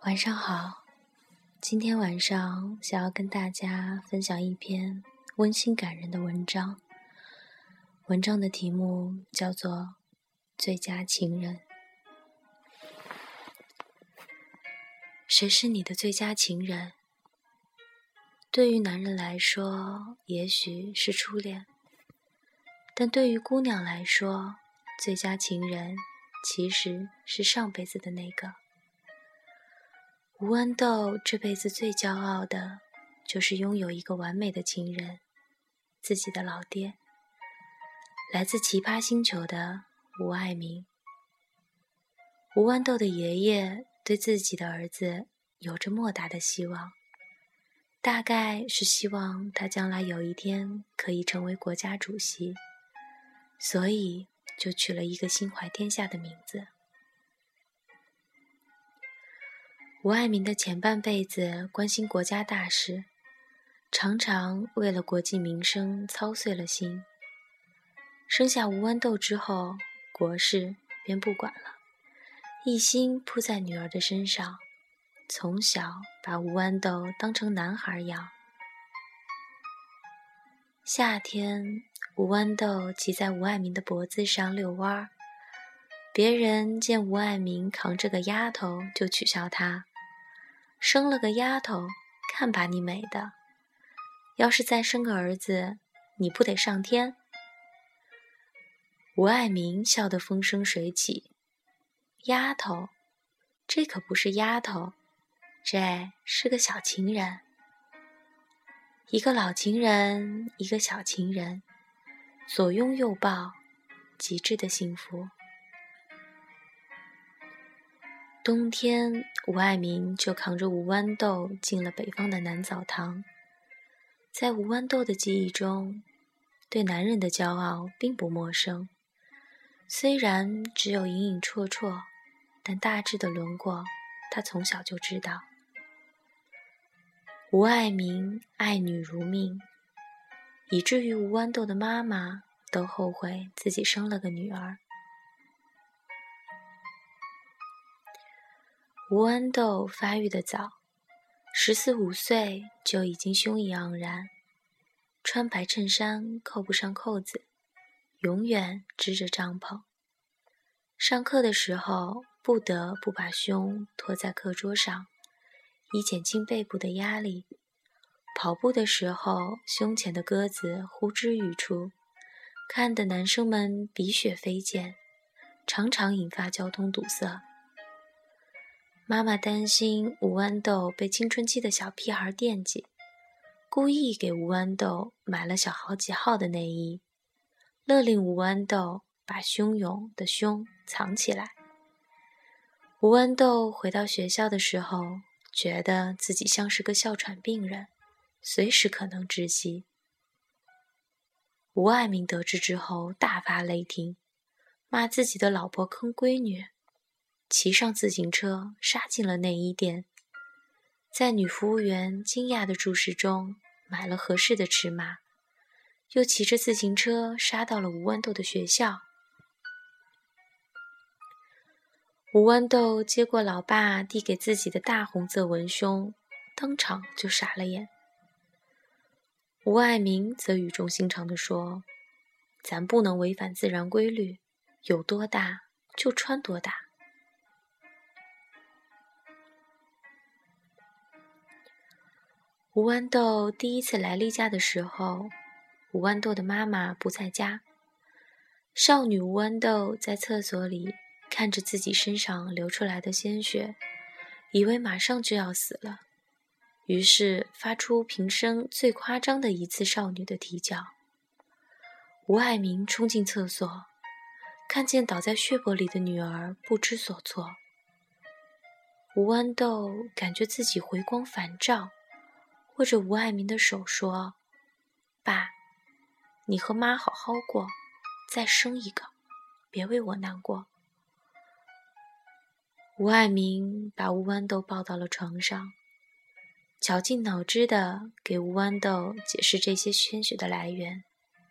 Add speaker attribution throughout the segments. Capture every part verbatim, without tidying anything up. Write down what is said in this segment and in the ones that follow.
Speaker 1: 晚上好，今天晚上想要跟大家分享一篇温馨感人的文章。文章的题目叫做《最佳情人》。谁是你的最佳情人？对于男人来说，也许是初恋，但对于姑娘来说，最佳情人其实是上辈子的那个。吴豌豆这辈子最骄傲的，就是拥有一个完美的情人，自己的老爹，来自奇葩星球的吴爱民。吴豌豆的爷爷对自己的儿子有着莫大的希望，大概是希望他将来有一天可以成为国家主席，所以就取了一个心怀天下的名字。吴爱民的前半辈子关心国家大事，常常为了国计民生操碎了心。生下吴豌豆之后，国事便不管了，一心扑在女儿的身上，从小把吴豌豆当成男孩养。夏天，吴豌豆骑在吴爱民的脖子上遛弯儿，别人见吴爱民扛着个丫头就取笑他，生了个丫头，看把你美的，要是再生个儿子，你不得上天？吴爱民笑得风生水起，丫头，这可不是丫头，这是个小情人。一个老情人，一个小情人，左拥右抱，极致的幸福。冬天，吴爱民就扛着吴豌豆进了北方的南澡堂。在吴豌豆的记忆中，对男人的骄傲并不陌生，虽然只有隐隐绰绰，但大致的轮廓他从小就知道。吴爱民爱女如命，以至于吴豌豆的妈妈都后悔自己生了个女儿。吴豌豆发育得早，十四五岁就已经胸臆盎然，穿白衬衫扣不上扣子，永远支着帐篷。上课的时候不得不把胸托在课桌上，以减轻背部的压力。跑步的时候，胸前的鸽子呼之欲出，看得男生们鼻血飞溅，常常引发交通堵塞。妈妈担心吴豌豆被青春期的小屁孩惦记，故意给吴豌豆买了小好几号的内衣，勒令吴豌豆把汹涌的胸藏起来。吴豌豆回到学校的时候，觉得自己像是个哮喘病人，随时可能窒息。吴爱民得知之后大发雷霆，骂自己的老婆坑闺女，骑上自行车杀进了内衣店，在女服务员惊讶的注视中买了合适的尺码，又骑着自行车杀到了吴豌豆的学校。吴豌豆接过老爸递给自己的大红色文胸，当场就傻了眼。吴爱民则语重心长地说，咱不能违反自然规律，有多大就穿多大。吴豌豆第一次来例假的时候，吴豌豆的妈妈不在家，少女吴豌豆在厕所里看着自己身上流出来的鲜血，以为马上就要死了，于是发出平生最夸张的一次少女的啼叫。吴爱民冲进厕所，看见倒在血泊里的女儿，不知所措。吴豌豆感觉自己回光返照，握着吴爱民的手说，爸，你和妈好好过，再生一个，别为我难过。吴爱民把吴豌豆抱到了床上，绞尽脑汁地给吴豌豆解释这些鲜血的来源。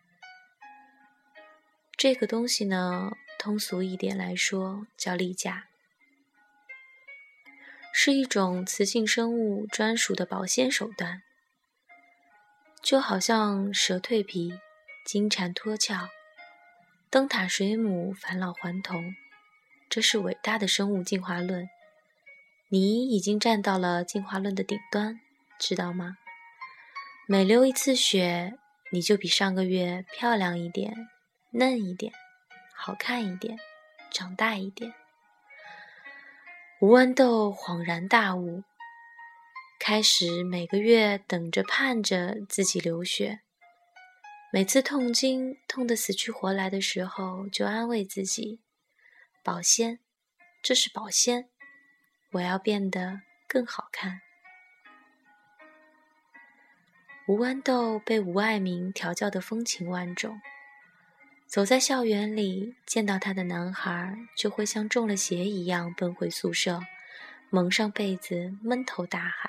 Speaker 1: 这个东西呢，通俗一点来说叫例假。 是一种雌性生物专属的保鲜手段，就好像蛇蜕皮、金蝉脱壳、灯塔水母返老还童，这是伟大的生物进化论。你已经站到了进化论的顶端，知道吗？每流一次血，你就比上个月漂亮一点、嫩一点、好看一点、长大一点。吴豌豆恍然大悟，开始每个月等着盼着自己流血，每次痛经痛得死去活来的时候，就安慰自己，保鲜，这是保鲜，我要变得更好看。吴豌豆被吴爱民调教得风情万种，走在校园里，见到他的男孩就会像中了邪一样奔回宿舍，蒙上被子，闷头大喊。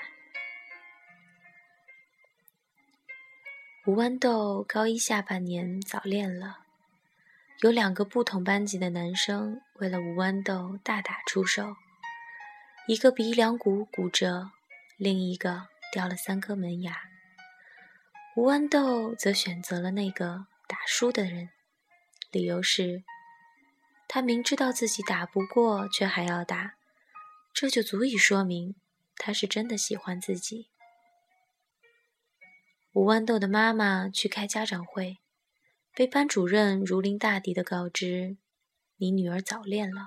Speaker 1: 吴豌豆高一下半年早恋了，有两个不同班级的男生为了吴豌豆大打出手，一个鼻梁骨骨折，另一个掉了三颗门牙。吴豌豆则选择了那个打输的人，理由是他明知道自己打不过却还要打，这就足以说明他是真的喜欢自己。吴豌豆的妈妈去开家长会，被班主任如临大敌地告知，你女儿早恋了。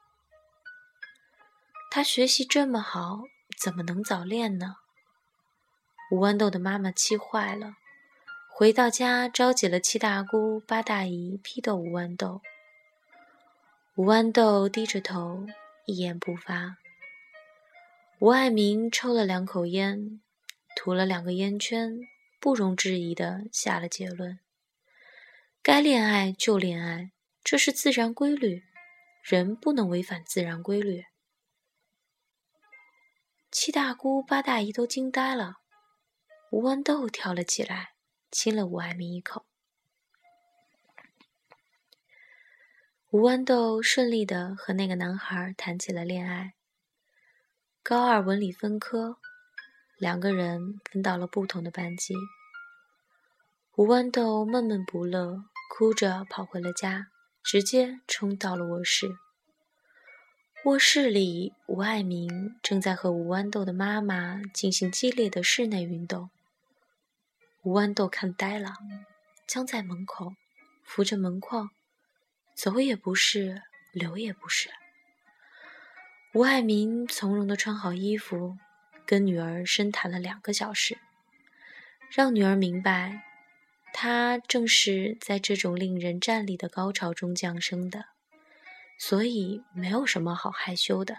Speaker 1: 她学习这么好，怎么能早恋呢？吴豌豆的妈妈气坏了，回到家召集了七大姑八大姨批斗吴豌豆。吴豌豆低着头，一言不发。吴爱民抽了两口烟，吐了两个烟圈，不容置疑地下了结论：该恋爱就恋爱，这是自然规律，人不能违反自然规律。七大姑八大姨都惊呆了，吴豌豆跳了起来，亲了吴爱民一口。吴豌豆顺利地和那个男孩谈起了恋爱。高二文理分科，两个人分到了不同的班级。吴豌豆闷闷不乐，哭着跑回了家，直接冲到了卧室。卧室里，吴爱民正在和吴豌豆的妈妈进行激烈的室内运动。吴豌豆看呆了，僵在门口，扶着门框，走也不是，留也不是。吴爱民从容地穿好衣服，跟女儿深谈了两个小时，让女儿明白，他正是在这种令人战栗的高潮中降生的，所以没有什么好害羞的。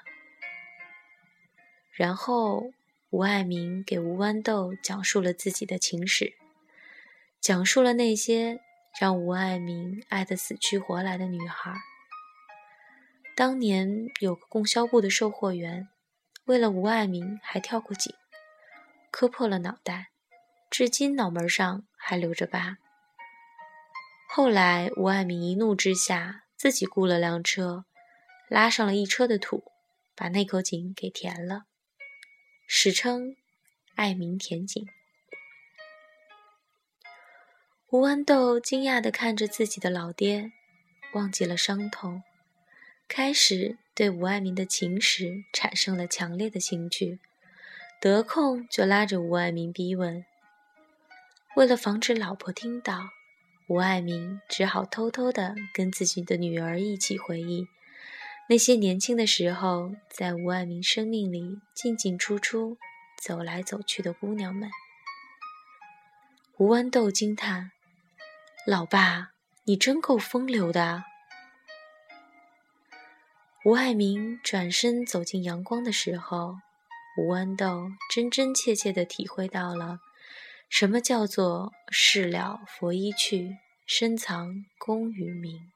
Speaker 1: 然后，吴爱民给吴豌豆讲述了自己的情史，讲述了那些让吴爱民爱得死去活来的女孩。当年有个供销部的售货员，为了吴爱民还跳过井，磕破了脑袋，至今脑门上还留着疤。后来吴爱民一怒之下，自己雇了辆车，拉上了一车的土，把那口井给填了，史称爱民填井。吴豌豆惊讶地看着自己的老爹，忘记了伤痛，开始对吴爱民的情史产生了强烈的兴趣，得空就拉着吴爱民逼问。为了防止老婆听到，吴爱民只好偷偷地跟自己的女儿一起回忆那些年轻的时候在吴爱民生命里进进出出走来走去的姑娘们。吴豌豆惊叹：老爸，你真够风流的啊。吴爱民转身走进阳光的时候，吴豌豆真真切切地体会到了什么叫做事了拂衣去，深藏功与名。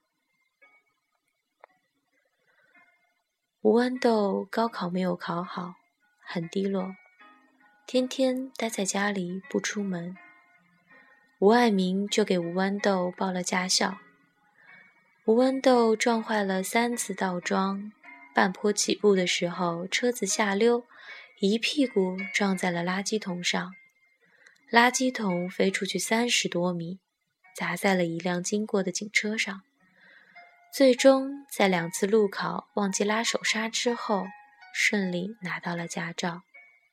Speaker 1: 吴豌豆高考没有考好，很低落，天天待在家里不出门。吴爱民就给吴豌豆报了驾校。吴豌豆撞坏了三次倒桩，半坡起步的时候车子下溜， 一屁股撞在了垃圾桶上，垃圾桶飞出去三十多米，砸在了一辆经过的警车上。最终在两次路考忘记拉手刹之后，顺利拿到了驾照。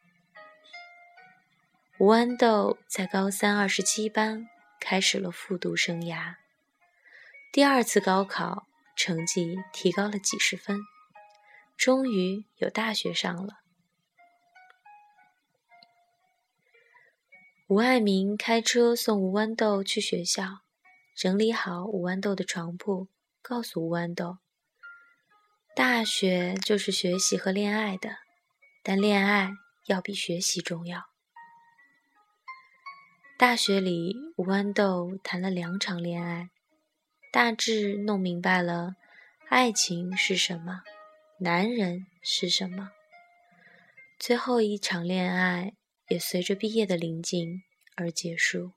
Speaker 1: 吴豌豆在高三二十七班开始了复读生涯。第二次高考成绩提高了几十分，终于有大学上了。吴爱民开车送吴豌豆去学校，整理好吴豌豆的床铺，告诉吴豌豆，大学就是学习和恋爱的，但恋爱要比学习重要。大学里，吴豌豆谈了两场恋爱，大致弄明白了爱情是什么，男人是什么。最后一场恋爱也随着毕业的临近而结束。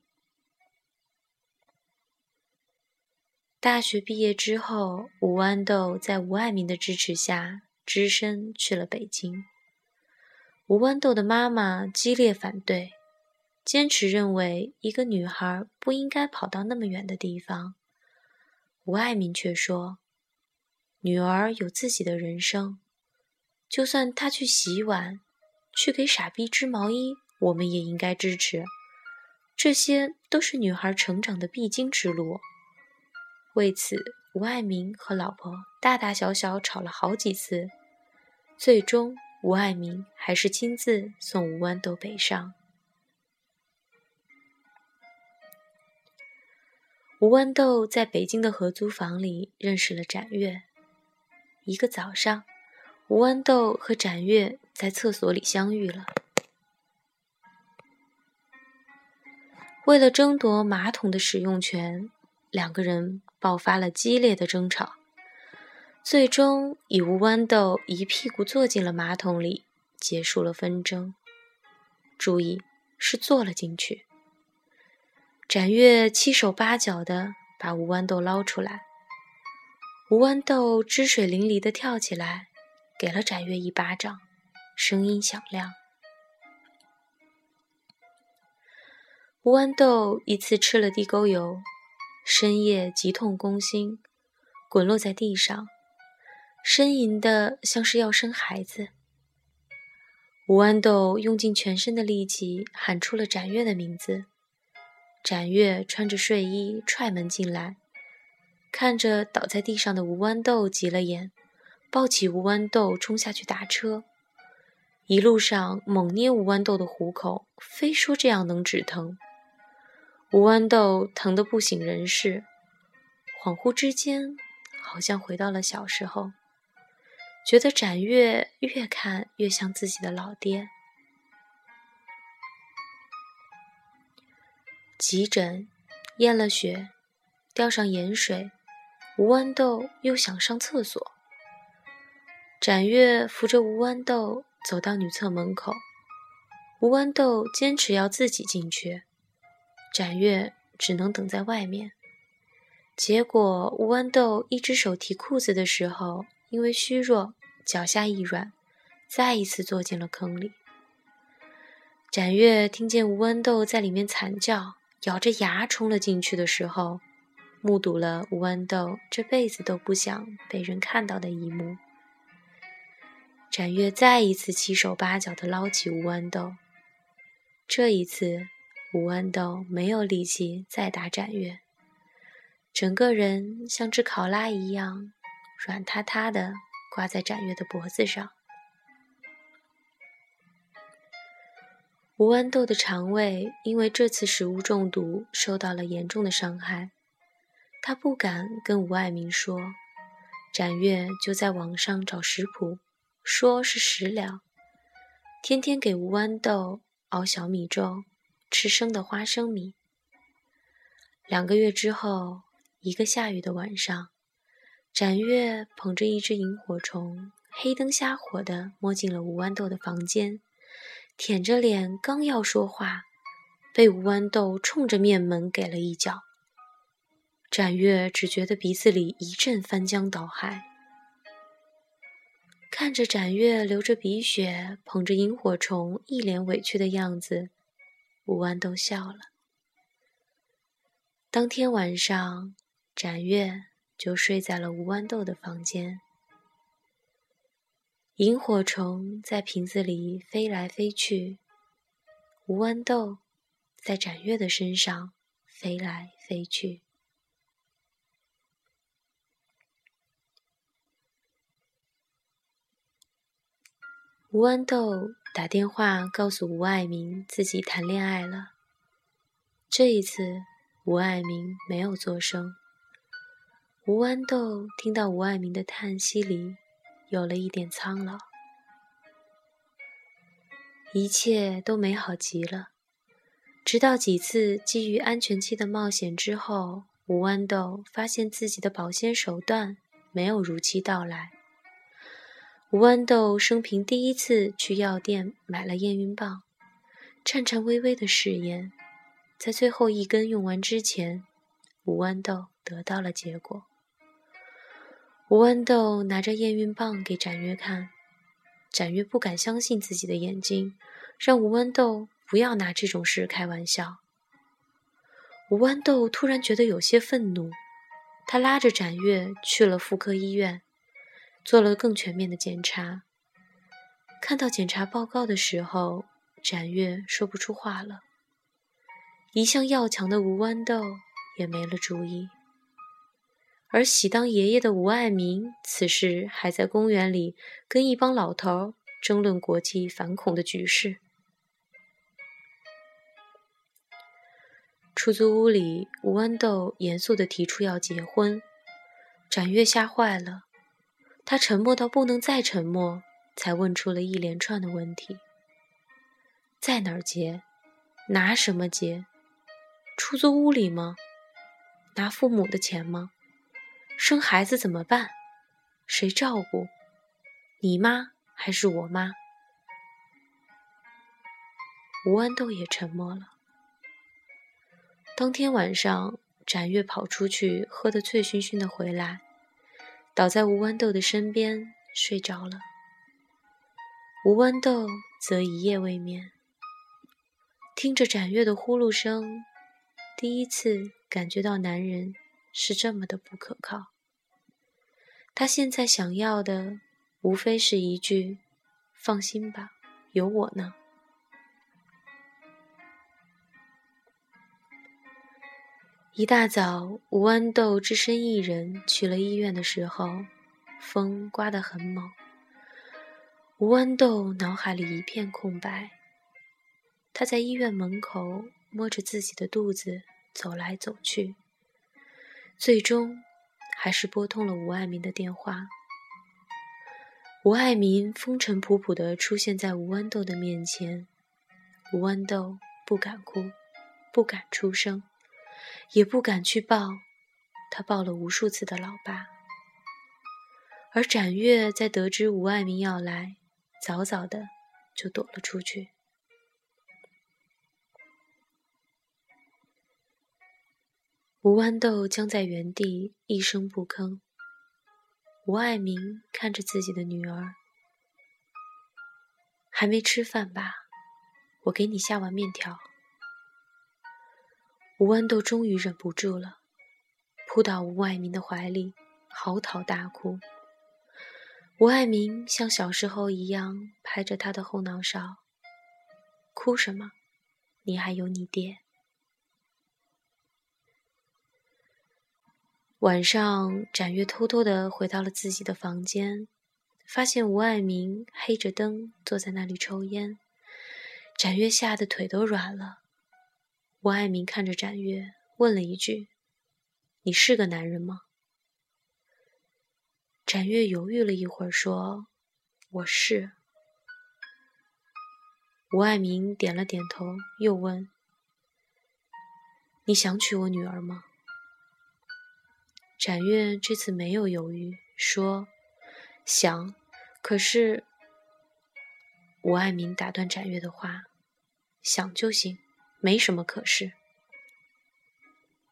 Speaker 1: 大学毕业之后，吴豌豆在吴爱民的支持下，只身去了北京。吴豌豆的妈妈激烈反对，坚持认为一个女孩不应该跑到那么远的地方。吴爱民却说，女儿有自己的人生，就算她去洗碗，去给傻逼织毛衣，我们也应该支持。这些都是女孩成长的必经之路。为此，吴爱民和老婆大大小小吵了好几次，最终吴爱民还是亲自送吴豌豆北上。吴豌豆在北京的合租房里认识了展越。一个早上，吴豌豆和展越在厕所里相遇了。为了争夺马桶的使用权，两个人爆发了激烈的争吵，最终以吴豌豆一屁股坐进了马桶里，结束了纷争。注意，是坐了进去。展越七手八脚地把吴豌豆捞出来，吴豌豆汁水淋漓地跳起来，给了展越一巴掌，声音响亮。吴豌豆一次吃了地沟油，深夜急痛攻心，滚落在地上，呻吟的像是要生孩子。吴豌豆用尽全身的力气喊出了展越的名字。展越穿着睡衣踹门进来，看着倒在地上的吴豌豆急了眼，抱起吴豌豆冲下去打车。一路上猛捏吴豌豆的虎口，非说这样能止疼。吴豌豆疼得不省人事，恍惚之间好像回到了小时候，觉得展越越看越像自己的老爹。急诊，验了血，吊上盐水，吴豌豆又想上厕所。展越扶着吴豌豆走到女厕门口，吴豌豆坚持要自己进去，展越只能等在外面。结果吴豌豆一只手提裤子的时候，因为虚弱，脚下一软，再一次坐进了坑里。展越听见吴豌豆在里面惨叫，咬着牙冲了进去的时候，目睹了吴豌豆这辈子都不想被人看到的一幕。展越再一次七手八脚地捞起吴豌豆，这一次吴豌豆没有力气再打展越，整个人像只考拉一样软塌塌地挂在展越的脖子上。吴豌豆的肠胃因为这次食物中毒受到了严重的伤害，他不敢跟吴爱民说，展越就在网上找食谱，说是食疗，天天给吴豌豆熬小米粥，吃生的花生米。两个月之后，一个下雨的晚上，展越捧着一只萤火虫，黑灯瞎火地摸进了吴豌豆的房间，舔着脸刚要说话，被吴豌豆冲着面门给了一脚。展越只觉得鼻子里一阵翻江倒海。 看着展月流着鼻血，捧着萤火虫，一脸委屈的样子，吴豌豆笑了。当天晚上，展月就睡在了吴豌豆的房间。萤火虫在瓶子里飞来飞去，吴豌豆在展月的身上飞来飞去。吴豌豆打电话告诉吴爱民自己谈恋爱了。这一次，吴爱民没有作声。吴豌豆听到吴爱民的叹息里有了一点苍老。一切都美好极了，直到几次基于安全期的冒险之后，吴豌豆发现自己的保鲜手段没有如期到来。吴豌豆生平第一次去药店买了验孕棒，颤颤巍巍的试验，在最后一根用完之前，吴豌豆得到了结果。吴豌豆拿着验孕棒给展月看，展月不敢相信自己的眼睛，让吴豌豆不要拿这种事开玩笑。吴豌豆突然觉得有些愤怒，他拉着展月去了妇科医院，做了更全面的检查。看到检查报告的时候，展月说不出话了。一向要强的吴豌豆也没了主意。而喜当爷爷的吴爱民此时还在公园里跟一帮老头争论国际反恐的局势。出租屋里，吴豌豆严肃地提出要结婚，展月吓坏了，他沉默到不能再沉默，才问出了一连串的问题。在哪儿结？拿什么结？出租屋里吗？拿父母的钱吗？生孩子怎么办？谁照顾？你妈还是我妈？吴豌豆也沉默了。当天晚上，展月跑出去，喝得醉醺醺的回来，倒在吴豌豆的身边睡着了。吴豌豆则一夜未眠，听着展月的呼噜声，第一次感觉到男人是这么的不可靠。他现在想要的无非是一句放心吧，有我呢。一大早，吴豌豆只身一人去了医院的时候，风刮得很猛。吴豌豆脑海里一片空白，他在医院门口摸着自己的肚子走来走去，最终还是拨通了吴爱民的电话。吴爱民风尘仆仆地出现在吴豌豆的面前，吴豌豆不敢哭，不敢出声，也不敢去抱他抱了无数次的老爸。而展月在得知吴爱民要来，早早的就躲了出去。吴豌豆僵在原地一声不吭。吴爱民看着自己的女儿，还没吃饭吧？我给你下碗面条。吴豌豆终于忍不住了，扑到吴爱民的怀里，嚎啕大哭。吴爱民像小时候一样拍着他的后脑勺，哭什么？你还有你爹。晚上，展月偷偷地回到了自己的房间，发现吴爱民黑着灯坐在那里抽烟。展月吓得腿都软了。吴爱民看着展月，问了一句：“你是个男人吗？”展月犹豫了一会儿，说：“我是。”吴爱民点了点头，又问：“你想娶我女儿吗？”展月这次没有犹豫，说：“想，可是……”吴爱民打断展月的话：“想就行，没什么可是。”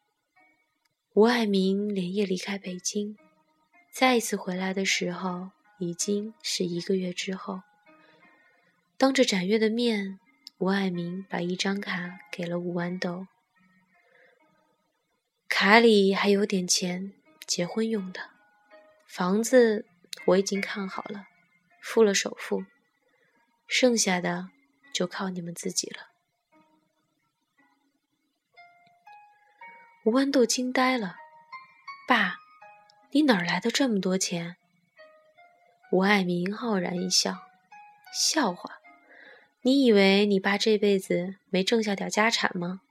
Speaker 1: 吴爱民连夜离开北京，再一次回来的时候， 已经是一个月之后。当着展月的面，吴爱民把一张卡给了吴豌豆，卡里还有点钱，结婚用的。房子我已经看好了，付了首付，剩下的就靠你们自己了。吴豌豆惊呆了，爸，你哪儿来的这么多钱？吴爱民傲然一笑，笑话，你以为你爸这辈子没挣下点家产吗？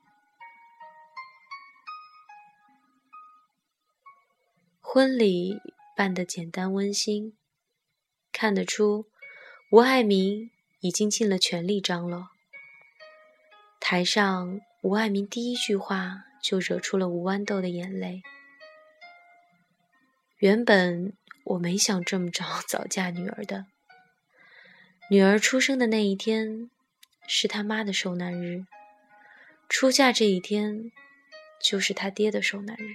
Speaker 1: 婚礼办得简单温馨，看得出吴爱民已经尽了全力张罗。台上，吴爱民第一句话就惹出了吴豌豆的眼泪。原本我没想这么早早嫁女儿的，女儿出生的那一天是他妈的受难日，出嫁这一天就是他爹的受难日。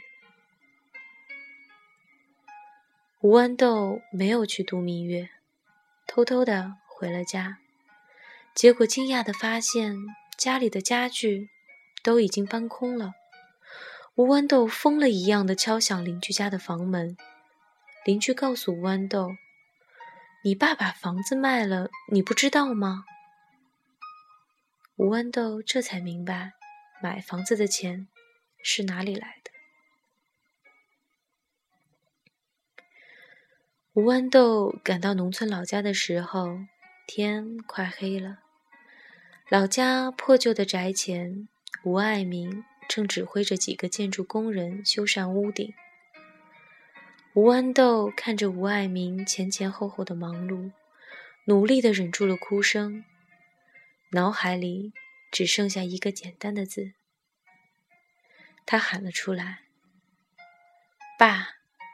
Speaker 1: 吴豌豆没有去度蜜月，偷偷的回了家，结果惊讶地发现家里的家具都已经搬空了。吴豌豆疯了一样的敲响邻居家的房门，邻居告诉吴豌豆，你爸把房子卖了，你不知道吗？吴豌豆这才明白买房子的钱是哪里来的。吴豌豆赶到农村老家的时候，天快黑了。老家破旧的宅前，吴爱民正指挥着几个建筑工人修缮屋顶。吴豌豆看着吴爱民前前后后的忙碌，努力地忍住了哭声，脑海里只剩下一个简单的字。他喊了出来，爸。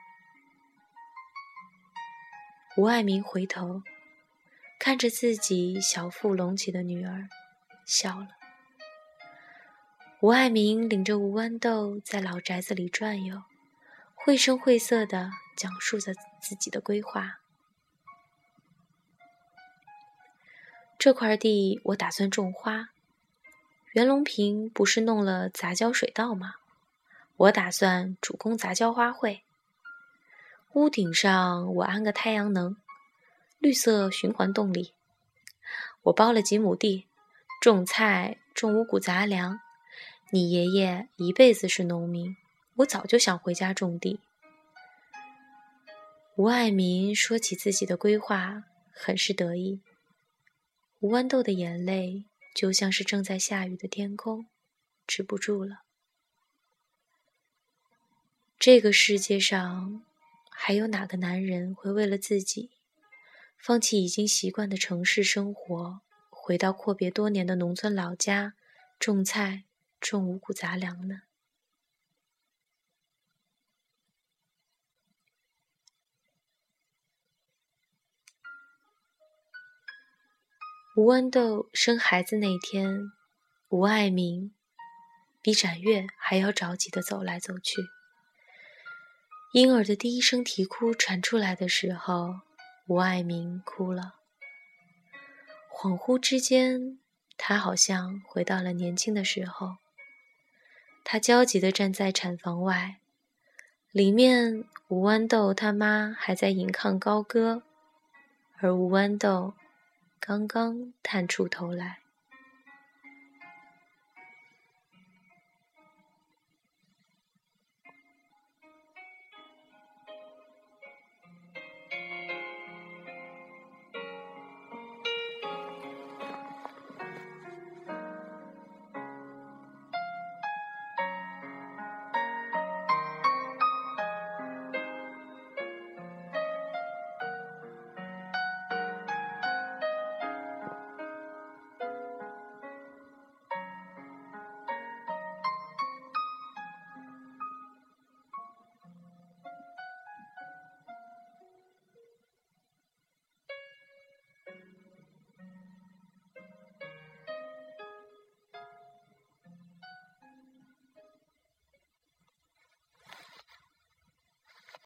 Speaker 1: 吴爱民回头看着自己小腹隆起的女儿，笑了。吴爱民领着吴豌豆在老宅子里转悠，绘声绘色地讲述着自己的规划。这块地我打算种花，袁隆平不是弄了杂交水稻吗？我打算主攻杂交花卉。屋顶上我安个太阳能，绿色循环动力。我包了几亩地，种菜，种五谷杂粮。你爷爷一辈子是农民，我早就想回家种地。吴爱民说起自己的规划，很是得意。吴豌豆的眼泪就像是正在下雨的天空，止不住了。这个世界上还有哪个男人会为了自己放弃已经习惯的城市生活，回到阔别多年的农村老家种菜种五谷杂粮呢？吴豌豆生孩子那天，吴爱民比展月还要着急地走来走去。婴儿的第一声啼哭传出来的时候，吴爱民哭了。恍惚之间，他好像回到了年轻的时候。他焦急地站在产房外，里面吴豌豆他妈还在引吭高歌，而吴豌豆刚刚探出头来。